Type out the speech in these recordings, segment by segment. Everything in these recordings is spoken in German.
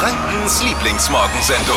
Frankens Lieblingsmorgensendung.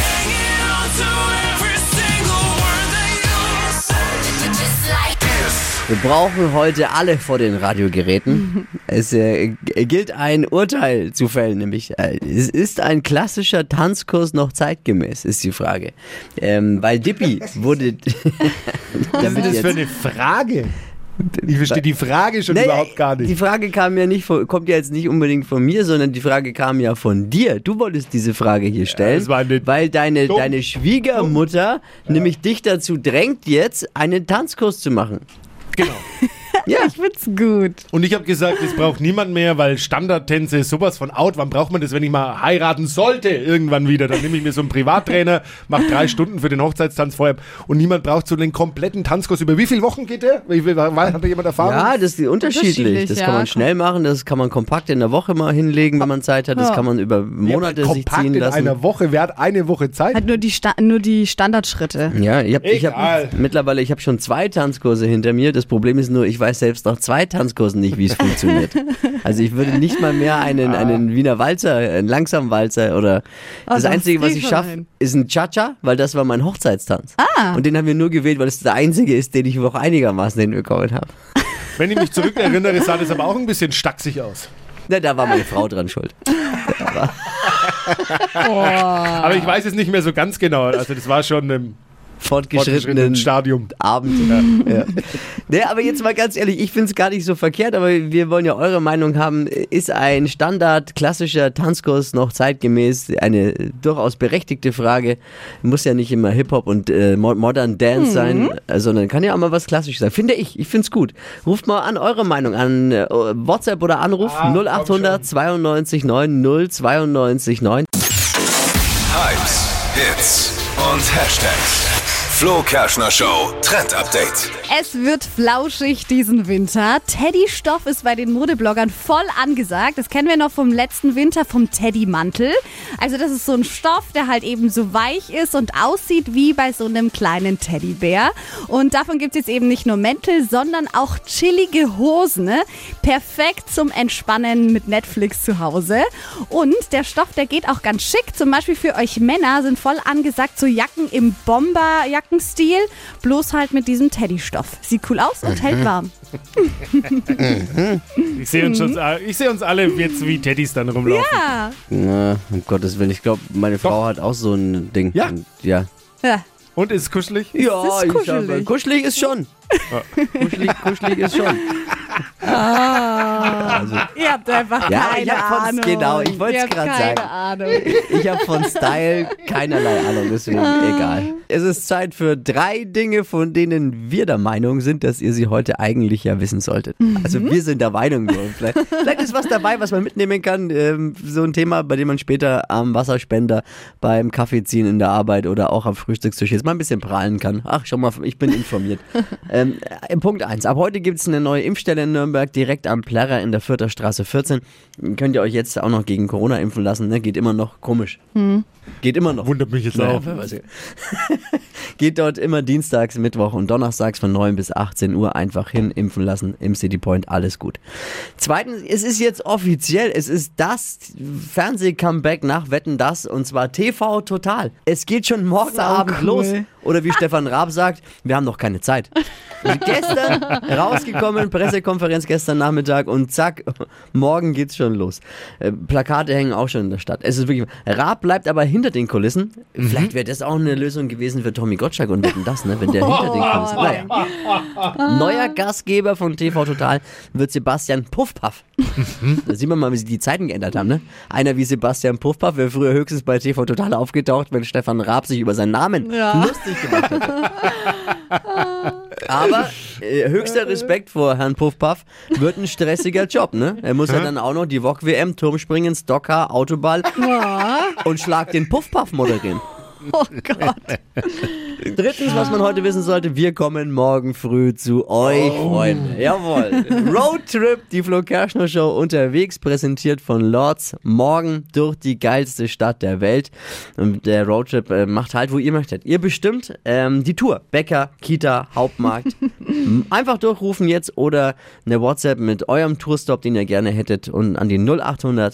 Wir brauchen heute alle vor den Radiogeräten. Es gilt ein Urteil zu fällen, nämlich ist ein klassischer Tanzkurs noch zeitgemäß, ist die Frage. Weil Dippi wurde... Was ist das für eine Frage? Ich verstehe die Frage schon überhaupt gar nicht. Die Frage kommt ja jetzt nicht unbedingt von mir, sondern die Frage kam ja von dir. Du wolltest diese Frage hier stellen, weil deine Schwiegermutter nämlich dich dazu drängt, jetzt einen Tanzkurs zu machen. Genau. Ja. Ich find's gut. Und ich habe gesagt, das braucht niemand mehr, weil Standardtänze ist sowas von out. Wann braucht man das, wenn ich mal heiraten sollte irgendwann wieder? Dann nehme ich mir so einen Privattrainer, mache 3 Stunden für den Hochzeitstanz vorher und niemand braucht so einen kompletten Tanzkurs. Über wie viele Wochen geht der? Hat da jemand Erfahrung? Ja, das ist unterschiedlich. Das kann man schnell machen, das kann man kompakt in der Woche mal hinlegen, wenn man Zeit hat. Das kann man über Monate sich ziehen lassen. In einer Woche, wer hat eine Woche Zeit? Hat nur die Standardschritte. Ja, ich habe schon 2 Tanzkurse hinter mir. Das Problem ist nur, ich weiß selbst nach 2 Tanzkursen nicht, wie es funktioniert. Also ich würde nicht mal mehr einen Wiener Walzer, einen langsamen Walzer oder das Einzige, was ich schaffe, ist ein Cha-Cha, weil das war mein Hochzeitstanz. Und den haben wir nur gewählt, weil es der einzige ist, den ich noch einigermaßen hinbekommen habe. Wenn ich mich zurückerinnere, sah das aber auch ein bisschen stacksig aus. Na, da war meine Frau dran schuld. Aber ich weiß es nicht mehr so ganz genau. Also das war schon im fortgeschrittenen Stadium. Abend. Ja. Nee, aber jetzt mal ganz ehrlich, ich finde es gar nicht so verkehrt, aber wir wollen ja eure Meinung haben. Ist ein Standard, klassischer Tanzkurs noch zeitgemäß? Eine durchaus berechtigte Frage. Muss ja nicht immer Hip-Hop und Modern Dance sein, sondern kann ja auch mal was Klassisches sein. Finde ich. Ich finde es gut. Ruft mal an eure Meinung an WhatsApp oder Anruf 0800 92 9 092 9. Hypes, Hits und Hashtags. Flo Kerschner Show Trend Update. Es wird flauschig diesen Winter. Teddystoff ist bei den Modebloggern voll angesagt. Das kennen wir noch vom letzten Winter, vom Teddymantel. Also das ist so ein Stoff, der halt eben so weich ist und aussieht wie bei so einem kleinen Teddybär. Und davon gibt es jetzt eben nicht nur Mäntel, sondern auch chillige Hosen. Ne? Perfekt zum Entspannen mit Netflix zu Hause. Und der Stoff, der geht auch ganz schick. Zum Beispiel für euch Männer sind voll angesagt so Jacken im Bomberjackenstil, bloß halt mit diesem Teddystoff. Sieht cool aus und hält warm. Ich sehe uns alle jetzt wie Teddys dann rumlaufen. Ja. Na, um Gottes Willen. Ich glaube, meine Frau hat auch so ein Ding. Ja? Und, ja. Und ist es kuschelig? Ja, ist kuschelig. Kuschelig ist schon. Kuschelig ist schon. Also, ihr habt einfach keine Ahnung. Genau, ich wollte es gerade sagen. Ahnung. Ich habe von Style keinerlei Ahnung, deswegen egal. Es ist Zeit für 3 Dinge, von denen wir der Meinung sind, dass ihr sie heute eigentlich ja wissen solltet. Also wir sind der Meinung nur. Vielleicht ist was dabei, was man mitnehmen kann. So ein Thema, bei dem man später am Wasserspender, beim Kaffeeziehen in der Arbeit oder auch am Frühstückstisch jetzt mal ein bisschen prahlen kann. Ach, schau mal, ich bin informiert. Punkt 1. Ab heute gibt es eine neue Impfstelle in Nürnberg, direkt am Plärrer in der Fürther Straße 14. Könnt ihr euch jetzt auch noch gegen Corona impfen lassen, ne? Geht immer noch komisch. Geht immer noch. Wundert mich jetzt auch. Geht dort immer dienstags, Mittwoch und donnerstags von 9 bis 18 Uhr einfach hin, impfen lassen im City Point, alles gut. Zweitens, es ist jetzt offiziell, es ist das Fernseh-Comeback nach Wetten, das, und zwar TV Total. Es geht schon morgen Abend los. Oder wie Stefan Raab sagt, wir haben noch keine Zeit. Gestern rausgekommen, Pressekonferenz gestern Nachmittag und zack, morgen geht's schon los. Plakate hängen auch schon in der Stadt. Es ist wirklich, Raab bleibt aber hinter den Kulissen. Vielleicht wäre das auch eine Lösung gewesen für Tommy Gottschalk und Wetten, das, ne? Wenn der hinter den Kulissen. Naja. Neuer Gastgeber von TV Total wird Sebastian Puffpaff. Da sieht man mal, wie sich die Zeiten geändert haben, ne? Einer wie Sebastian Puffpaff wäre früher höchstens bei TV Total aufgetaucht, wenn Stefan Raab sich über seinen Namen lustig gemacht hätte. Aber höchster Respekt vor Herrn Puffpaff, wird ein stressiger Job, ne? Er muss ja dann auch noch die Wok-WM, Turmspringen, Stocker, Autoball und Schlag den Puffpaff moderieren. Oh Gott. Drittens, was man heute wissen sollte, wir kommen morgen früh zu euch, Freunde. Jawohl. Roadtrip, die Flo Kerschner Show unterwegs, präsentiert von Lords. Morgen durch die geilste Stadt der Welt. Und der Roadtrip macht halt, wo ihr möchtet. Ihr bestimmt die Tour. Bäcker, Kita, Hauptmarkt. Einfach durchrufen jetzt oder eine WhatsApp mit eurem Tourstop, den ihr gerne hättet, und an die 0800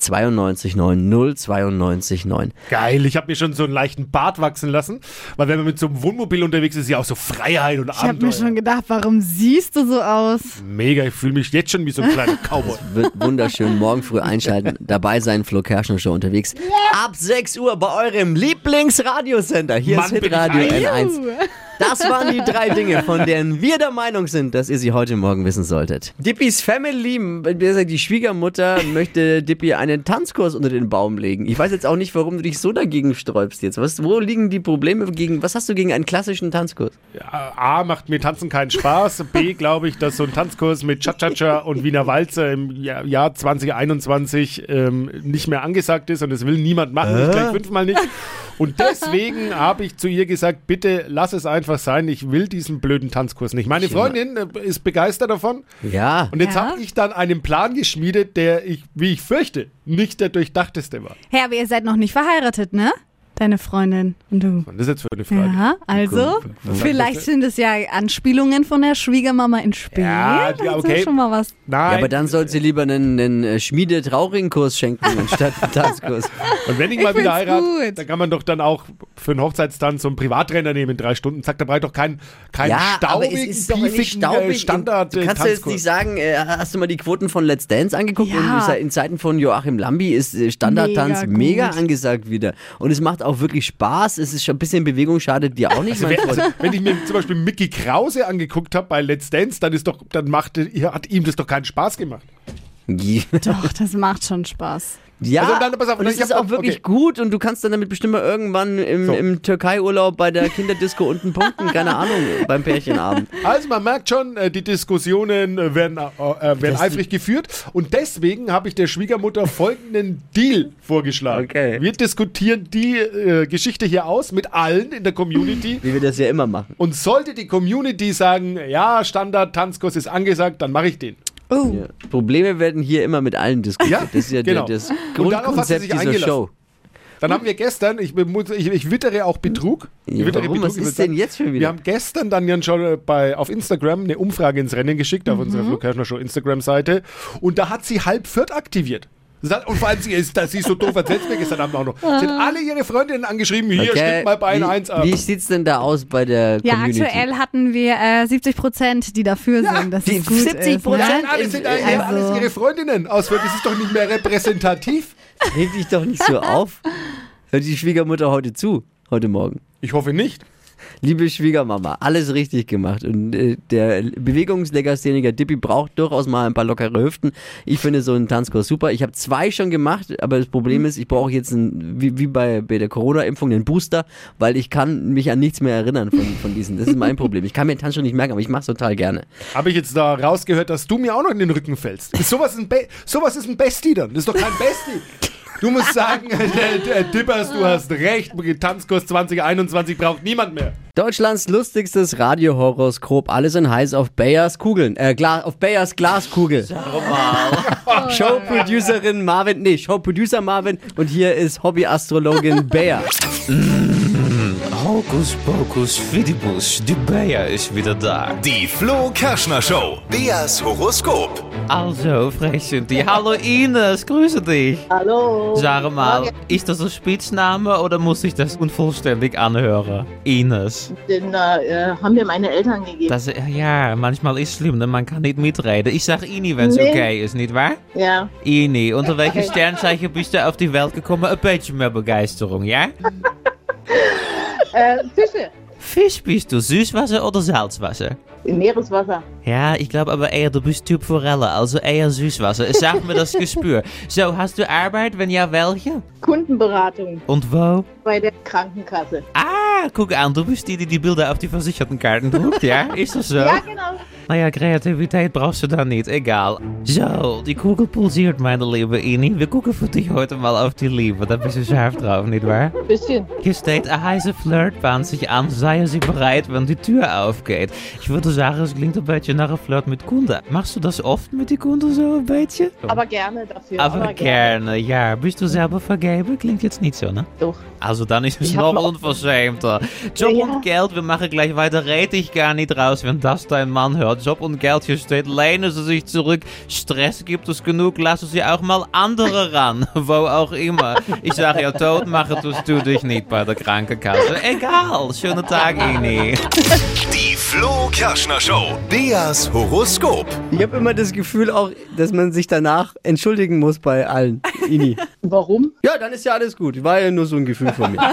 92 9 092 9. Geil, ich habe mir schon so einen leichten Bart wachsen lassen, weil wenn man mit so einem Wohnmobil unterwegs ist, ist ja auch so Freiheit und Ich habe Abenteuer. mir schon gedacht, warum siehst du so aus? Mega, ich fühle mich jetzt schon wie so ein kleiner Cowboy. Wird wunderschön. Morgen früh einschalten, dabei sein, Flo Kerschner Show unterwegs. Ab 6 Uhr bei eurem Lieblingsradiosender. Hier Mann, ist bin ich Hitradio ein- N1. Das waren die 3 Dinge, von denen wir der Meinung sind, dass ihr sie heute Morgen wissen solltet. Dippis Family, die Schwiegermutter, möchte Dippi einen Tanzkurs unter den Baum legen. Ich weiß jetzt auch nicht, warum du dich so dagegen sträubst jetzt. Wo liegen die Probleme was hast du gegen einen klassischen Tanzkurs? Ja, A, macht mir Tanzen keinen Spaß. B, glaube ich, dass so ein Tanzkurs mit Cha-Cha-Cha und Wiener Walzer im Jahr 2021 nicht mehr angesagt ist und das will niemand machen. Ich gleich 5-mal nicht. Und deswegen habe ich zu ihr gesagt, bitte lass es einfach sein. Ich will diesen blöden Tanzkurs nicht. Meine Freundin ist begeistert davon. Ja. Und jetzt Ja? habe ich dann einen Plan geschmiedet, der, wie ich fürchte, nicht der durchdachteste war. Hey, aber ihr seid noch nicht verheiratet, ne? Deine Freundin und du. Was ist das jetzt für eine Frage? Ja, also, vielleicht sind es ja Anspielungen von der Schwiegermama in Spee. Ja, Das ist okay. schon mal was. Nein. Ja, aber dann soll sie lieber einen Schmiede-Trauring-Kurs schenken anstatt einen Tanzkurs. Und wenn ich mal Ich wieder find's heirate, gut. dann kann man doch dann auch für einen Hochzeitstanz so einen Privattrainer nehmen in 3 Stunden. Zack, da brauche ich doch keinen staubigen, beefigen Standard Du kannst ja jetzt Tanzkurs. nicht sagen, hast du mal die Quoten von Let's Dance angeguckt? Ja. Und in Zeiten von Joachim Lambi ist Standardtanz mega gut. angesagt wieder. Und es macht auch wirklich Spaß. Es ist schon ein bisschen Bewegung, schadet dir auch nicht, mein Freund. Wenn ich mir zum Beispiel Mickey Krause angeguckt habe bei Let's Dance, dann hat ihm das doch keinen Spaß gemacht. Doch, das macht schon Spaß. Ja, Also dann, pass auf, und es ich ist hab- auch wirklich okay. gut und du kannst dann damit bestimmt mal irgendwann im Türkei-Urlaub bei der Kinderdisco unten punkten, keine Ahnung, beim Pärchenabend. Also man merkt schon, die Diskussionen werden eifrig geführt und deswegen habe ich der Schwiegermutter folgenden Deal vorgeschlagen. Okay. Wir diskutieren die Geschichte hier aus mit allen in der Community. Wie wir das ja immer machen. Und sollte die Community sagen, ja, Standard-Tanzkurs ist angesagt, dann mache ich den. Oh, Ja. Probleme werden hier immer mit allen diskutiert. Ja, Das ist ja genau. das Und darauf hat sie Grundkonzept sich dieser eingelassen. Show. Dann haben wir gestern, ich wittere auch Betrug. Ich wittere Warum? Was ich würd ist denn sagen, jetzt schon wieder? Wir haben gestern dann ja schon auf Instagram eine Umfrage ins Rennen geschickt, auf unserer Flo Kerschner Show Instagram-Seite. Und da hat sie 3/4 aktiviert. Und vor allem, sie ist so doof, erzählt mir gestern Abend auch noch. Sie hat alle ihre Freundinnen angeschrieben, hier, stimmt mal bei 1 ab. Wie sieht's denn da aus bei der ja, Community? aktuell hatten wir 70%, die dafür sind, dass die es gut 70%? ist. Nein, alles sind eigentlich Also- alles ihre Freundinnen ausführen. Das ist doch nicht mehr repräsentativ. Reg dich doch nicht so auf. Hört die Schwiegermutter heute zu, heute Morgen. Ich hoffe nicht. Liebe Schwiegermama, alles richtig gemacht. Und der Bewegungslegastheniker Dippi braucht durchaus mal ein paar lockere Hüften. Ich finde so einen Tanzkurs super. Ich habe 2 schon gemacht, aber das Problem ist, ich brauche jetzt wie bei der Corona-Impfung einen Booster, weil ich kann mich an nichts mehr erinnern von diesen. Das ist mein Problem. Ich kann mir den Tanz schon nicht merken, aber ich mache es total gerne. Habe ich jetzt da rausgehört, dass du mir auch noch in den Rücken fällst. Sowas ist ein Bestie dann. Das ist doch kein Bestie. Du musst sagen, der Dippers, du hast recht. Tanzkurs 2021 braucht niemand mehr. Deutschlands lustigstes Radiohoroskop. Alle sind heiß auf Bayers Kugeln. Auf Bayers Glaskugel. Showproducerin Marvin, Showproducer Marvin und hier ist Hobbyastrologin Bayer. Hokus Pokus Fidibus, die Bayer ist wieder da. Die Flo Kerschner Show. Beas Horoskop. Also, frech sind die. Hallo Ines, grüße dich. Hallo. Sag mal, ist das ein Spitzname oder muss ich das unvollständig anhören? Ines. Den haben mir meine Eltern gegeben. Das, ja, manchmal ist es schlimm, ne? Man kann nicht mitreden. Ich sag Ini, wenn es Nee. okay ist, nicht wahr? Ja. Ini, unter welchem Sternzeichen bist du auf die Welt gekommen? Ein bisschen mehr Begeisterung, ja? Fische. Fisch bist du, Süßwasser oder Salzwasser? Meereswasser. Ja, ich glaube aber eher, du bist Typ Forelle, also eher Süßwasser. Sag mir das Gespür. So, hast du Arbeit? Wenn ja, welche? Kundenberatung Und wo? bei der Krankenkasse. Ah, guck an, du bist die Bilder auf die Versichertenkarten druckt, ja? Ist das so? Ja, genau. Naja, Kreativität brauchst du da nicht, egal. So, die Kugel pulsiert, meine liebe Ini. Wir gucken für dich heute mal auf die Liebe. Da bist du scharf drauf, nicht wahr? Bisschen. Hier steht, eine heiße Flirt bahnt sich an, seien Sie bereit, wenn die Tür aufgeht. Ich würde sagen, es klingt ein bisschen nach einem Flirt mit Kunden. Machst du das oft mit den Kunden so ein bisschen? Aber gerne dafür. Aber gerne, ja. Bist du selber vergeben? Klingt jetzt nicht so, ne? Doch. Also dann ist es Ich noch hab noch- unverschämter. Job Ja. und Geld, wir machen gleich weiter. Red ich gar nicht raus, wenn das dein Mann hört. Job und Geld, hier steht, lehnen Sie sich zurück. Stress gibt es genug, lassen Sie auch mal andere ran. Wo auch immer. Ich sage ja, tot machen tust du dich nicht bei der Krankenkasse. Egal, schönen Tag, Ini. Die Flo Kerschner Show. Beas Horoskop. Ich habe immer das Gefühl auch, dass man sich danach entschuldigen muss bei allen. Ini. Warum? Ja, dann ist ja alles gut. War ja nur so ein Gefühl von mir.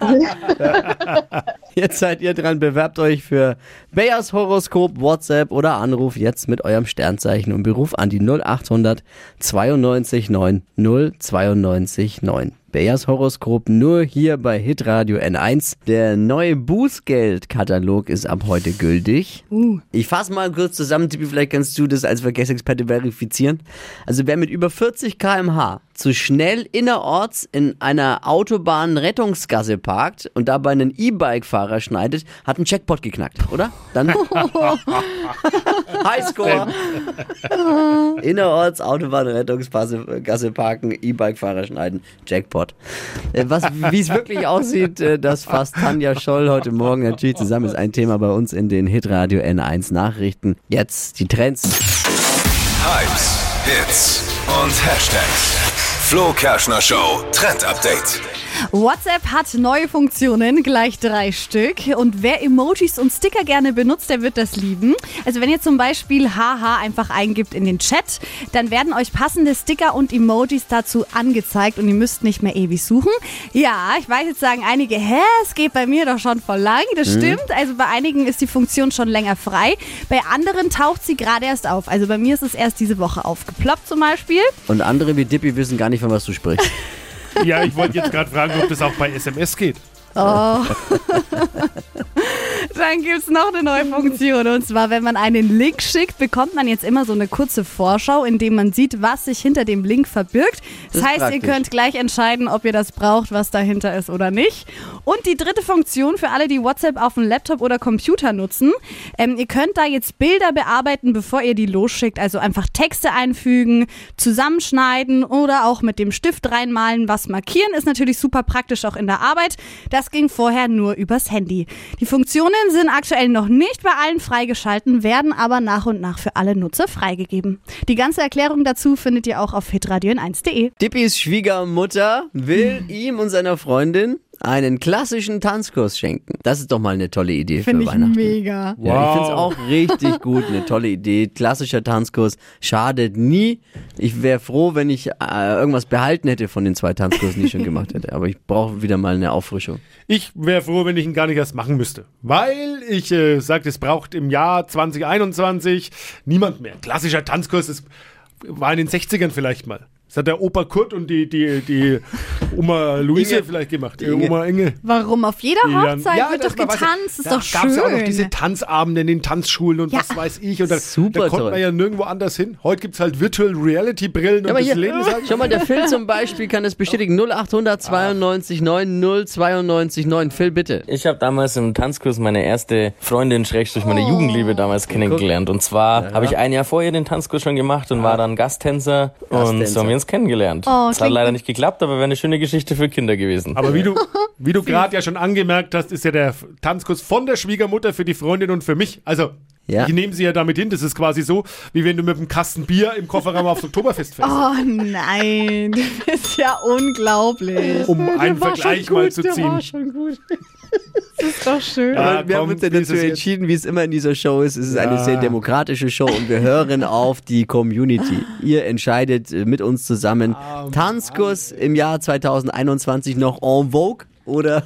Jetzt seid ihr dran, bewerbt euch für Beas Horoskop, WhatsApp oder Anruf jetzt mit eurem Sternzeichen und Beruf an die 0800 92 9 092 9. Beas Horoskop nur hier bei Hitradio N1. Der neue Bußgeldkatalog ist ab heute gültig. Ich fasse mal kurz zusammen, Tippi, vielleicht kannst du das als Verkehrsexperte verifizieren. Also wer mit über 40 km/h zu schnell innerorts in einer Autobahn-Rettungsgasse parkt und dabei einen E-Bike-Fahrer schneidet, hat einen Jackpot geknackt, oder? Dann Highscore. Innerorts Autobahn-Rettungsgasse parken, E-Bike-Fahrer schneiden, Jackpot. Wie es wirklich aussieht, das fasst Tanja Scholl heute Morgen natürlich zusammen. Ist ein Thema bei uns in den Hitradio N1 Nachrichten. Jetzt die Trends. Hypes, Hits und Hashtags. Flo Kerschner Show Trend Update. WhatsApp hat neue Funktionen, gleich 3 Stück. Und wer Emojis und Sticker gerne benutzt, der wird das lieben. Also wenn ihr zum Beispiel haha einfach eingibt in den Chat, dann werden euch passende Sticker und Emojis dazu angezeigt und ihr müsst nicht mehr ewig suchen. Ja, ich weiß, jetzt sagen einige, es geht bei mir doch schon voll lang. Das stimmt, also bei einigen ist die Funktion schon länger frei. Bei anderen taucht sie gerade erst auf. Also bei mir ist es erst diese Woche aufgeploppt zum Beispiel. Und andere wie Dippy wissen gar nicht, von was du sprichst. Ja, ich wollte jetzt gerade fragen, ob das auch bei SMS geht. Dann gibt es noch eine neue Funktion. Und zwar, wenn man einen Link schickt, bekommt man jetzt immer so eine kurze Vorschau, in dem man sieht, was sich hinter dem Link verbirgt. Das ist heißt, praktisch. ihr könnt gleich entscheiden, ob ihr das braucht, was dahinter ist oder nicht. Und die dritte Funktion für alle, die WhatsApp auf dem Laptop oder Computer nutzen. Ihr könnt da jetzt Bilder bearbeiten, bevor ihr die losschickt. Also einfach Texte einfügen, zusammenschneiden oder auch mit dem Stift reinmalen, was markieren. Ist natürlich super praktisch auch in der Arbeit. Das ging vorher nur übers Handy. Die Funktionen sind aktuell noch nicht bei allen freigeschalten, werden aber nach und nach für alle Nutzer freigegeben. Die ganze Erklärung dazu findet ihr auch auf hitradio1.de. Dippys Schwiegermutter will ihm und seiner Freundin einen klassischen Tanzkurs schenken. Das ist doch mal eine tolle Idee für Weihnachten. mega. Ja, ich finde es auch richtig gut, eine tolle Idee. Klassischer Tanzkurs schadet nie. Ich wäre froh, wenn ich irgendwas behalten hätte von den 2 Tanzkursen, die ich schon gemacht hätte. Aber ich brauche wieder mal eine Auffrischung. Ich wäre froh, wenn ich ihn gar nicht erst machen müsste. Weil ich sage, es braucht im Jahr 2021 niemand mehr. Klassischer Tanzkurs, das war in den 60ern vielleicht mal. Das hat der Opa Kurt und die Oma Luise Inge. vielleicht gemacht. Die Inge. Oma Inge. Warum? Auf jeder Die dann- Hochzeit Ja, wird das doch war, weißt du, getanzt, ist da doch gab's schön. ja auch noch diese Tanzabende in den Tanzschulen und Ja. was weiß ich. Und da Super konnte toll. man ja nirgendwo anders hin. Heute gibt es halt Virtual Reality Brillen und Aber das hier, Leben ist halt... schau mal, der Phil zum Beispiel kann das bestätigen. 0800 92 9 092 9. Phil, bitte. Ich habe damals im Tanzkurs meine erste Freundin, / meine Jugendliebe damals kennengelernt. Und zwar habe ich ein Jahr vorher den Tanzkurs schon gemacht und war dann Gasttänzer und so haben wir uns kennengelernt. Oh, das hat klingt- leider nicht geklappt, aber wäre eine schöne Geschichte für Kinder gewesen. Aber wie du gerade ja schon angemerkt hast, ist ja der Tanzkurs von der Schwiegermutter für die Freundin und für mich. Also, Ja. ich nehme sie ja damit hin. Das ist quasi so, wie wenn du mit einem Kasten Bier im Kofferraum aufs Oktoberfest fährst. Oh nein, das ist ja unglaublich. Um einen Vergleich mal zu Der war ziehen. schon gut. Das ist doch schön. Ja, Aber wir haben komm, uns ja wie ist dazu es jetzt? entschieden, wie es immer in dieser Show ist. Es ist eine Ja. sehr demokratische Show und wir hören auf die Community. Ihr entscheidet mit uns zusammen. Tanzkurs im Jahr 2021 noch en vogue oder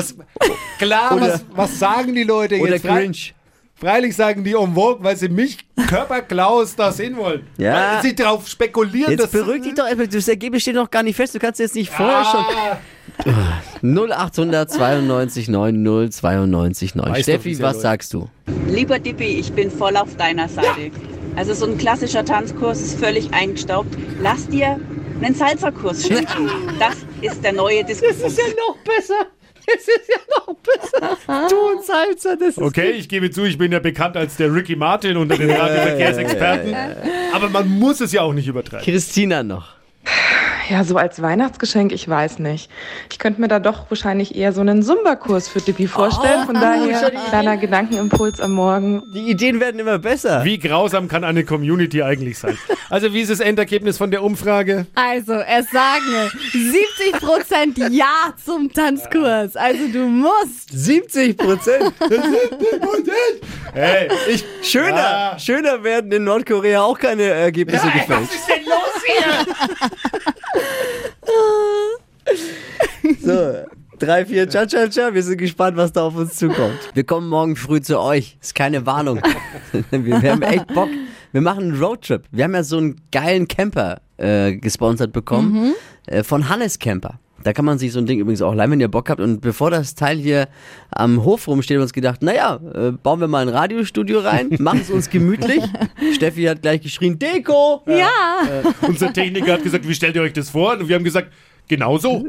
Klar, Oder- was sagen die Leute jetzt? cringe? Freilich sagen die en vogue, weil sie mich, Körperklaus, da sehen wollen. Ja. Weil sie drauf spekulieren, Jetzt beruhig dich doch, das Ergebnis steht noch gar nicht fest. Du kannst jetzt nicht vorher schon... 0800 92 9 092 9. Weißt doch, wie Steffi, es ja was läuft. sagst du? Lieber Dippi, ich bin voll auf deiner Seite. Also so ein klassischer Tanzkurs ist völlig eingestaubt. Lass dir einen Salsa-Kurs schenken. Das ist der neue Diskussionspunkt. noch besser. Es ist ja noch besser. Du und Salsa, das ist... Okay, ich gebe zu, ich bin ja bekannt als der Ricky Martin unter den Radioverkehrsexperten. Aber man muss es ja auch nicht übertreiben. Christina noch. Ja, so als Weihnachtsgeschenk, ich weiß nicht. Ich könnte mir da doch wahrscheinlich eher so einen Zumba-Kurs für Dippi vorstellen. Von daher, kleiner Gedankenimpuls am Morgen. Die Ideen werden immer besser. Wie grausam kann eine Community eigentlich sein? Also wie ist das Endergebnis von der Umfrage? Also, es sagen 70% Ja zum Tanzkurs. Also, du musst. 70%. Hey, Schöner werden in Nordkorea auch keine Ergebnisse gefällt. was ist denn los hier? So, 3, 4, Cha-Cha-Cha. Wir sind gespannt, was da auf uns zukommt. Wir kommen morgen früh zu euch. Ist keine Warnung. Wir haben echt Bock. Wir machen einen Roadtrip. Wir haben ja so einen geilen Camper gesponsert bekommen von Hannes Camper. Da kann man sich so ein Ding übrigens auch leihen, wenn ihr Bock habt. Und bevor das Teil hier am Hof rumsteht, haben wir uns gedacht, naja, bauen wir mal ein Radiostudio rein, machen es uns gemütlich. Steffi hat gleich geschrien, Deko! Ja. Unser Techniker hat gesagt, wie stellt ihr euch das vor? Und wir haben gesagt, genau so.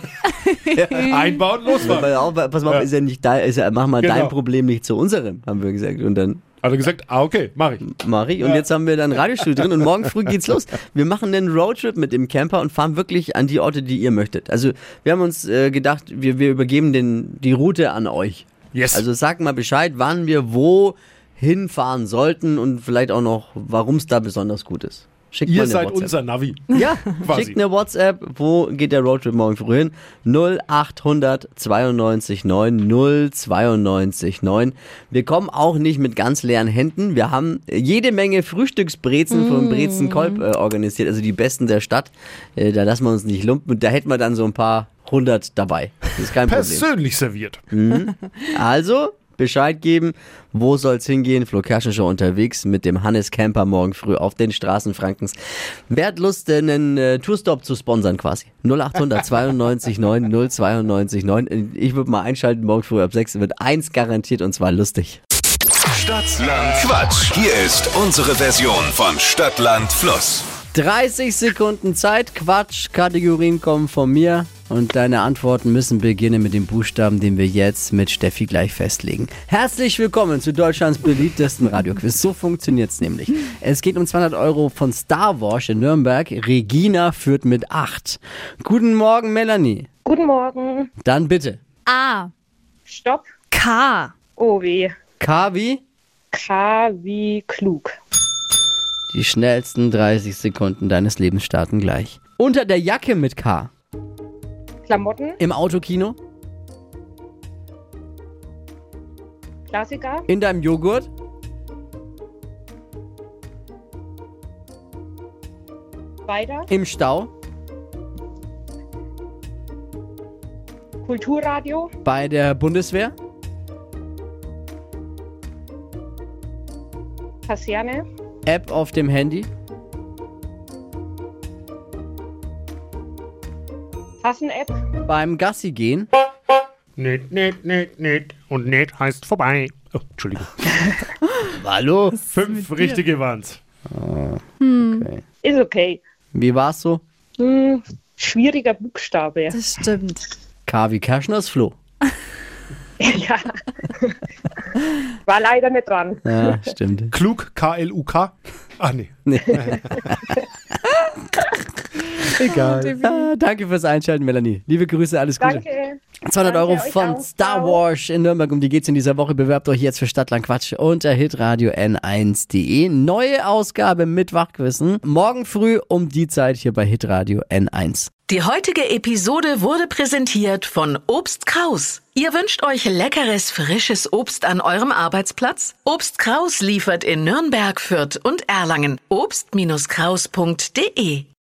Einbauen, losfahren. Aber auch, pass mal, ist ja nicht mach mal Genau. dein Problem nicht zu unserem, haben wir gesagt. Und dann Hat er gesagt, okay, mach ich. Marie. Und jetzt haben wir dann ein Radiostudio drin und morgen früh geht's los. Wir machen einen Roadtrip mit dem Camper und fahren wirklich an die Orte, die ihr möchtet. Also wir haben uns gedacht, wir übergeben die Route an euch. Yes. Also sagt mal Bescheid, wann wir wo hinfahren sollten und vielleicht auch noch, warum es da besonders gut ist. Schickt mal Ihr eine seid WhatsApp. unser Navi. Ja, Quasi. schickt eine WhatsApp. Wo geht der Roadtrip morgen früh hin? 0800 92 9 092 9. Wir kommen auch nicht mit ganz leeren Händen. Wir haben jede Menge Frühstücksbrezen von Brezenkolb organisiert, also die besten der Stadt. Da lassen wir uns nicht lumpen. Da hätten wir dann so ein paar 100 dabei. Das ist kein Problem. Persönlich serviert. Also, Bescheid geben, wo soll's hingehen? Flo Kerschner Show unterwegs mit dem Hannes Camper morgen früh auf den Straßen Frankens. Wer hat Lust, einen Tourstop zu sponsern quasi? 0800 92 9 092 9. Ich würde mal einschalten, morgen früh ab 6 wird 1 garantiert und zwar lustig. Stadtland Quatsch. Hier ist unsere Version von Stadtland Fluss. 30 Sekunden Zeit, Quatsch, Kategorien kommen von mir und deine Antworten müssen beginnen mit dem Buchstaben, den wir jetzt mit Steffi gleich festlegen. Herzlich willkommen zu Deutschlands beliebtesten Radioquiz. So funktioniert's nämlich. Es geht um 200 € von Star Wars in Nürnberg. Regina führt mit 8. Guten Morgen, Melanie. Guten Morgen. Dann bitte. A. Stopp. K. Oh weh. K wie? K wie klug. Die schnellsten 30 Sekunden deines Lebens starten gleich. Unter der Jacke mit K. Klamotten. Im Autokino. Klassiker. In deinem Joghurt. Weiter. Im Stau. Kulturradio. Bei der Bundeswehr. Kaserne. App auf dem Handy. Tassen-App. Beim Gassi gehen. Nicht. Und nicht heißt vorbei. Oh, Entschuldigung. Hallo. 5 richtige waren's. Okay. Ist okay. Wie war's so? Schwieriger Buchstabe. Das stimmt. K wie Kerschners Flo. Ja. War leider nicht dran. Ja, stimmt. Klug, K-L-U-K. Ach nee. Egal. Ah, danke fürs Einschalten, Melanie. Liebe Grüße, alles Gute. Danke. 200 Danke € euch von auch. Star Ciao. Wars in Nürnberg. Um die geht's in dieser Woche. Bewerbt euch jetzt für Stadtland Quatsch unter hitradio n1.de. Neue Ausgabe mit Wachquissen. Morgen früh um die Zeit hier bei hitradio n1. Die heutige Episode wurde präsentiert von Obst Kraus. Ihr wünscht euch leckeres, frisches Obst an eurem Arbeitsplatz? Obst Kraus liefert in Nürnberg, Fürth und Erlangen. Obst-Kraus.de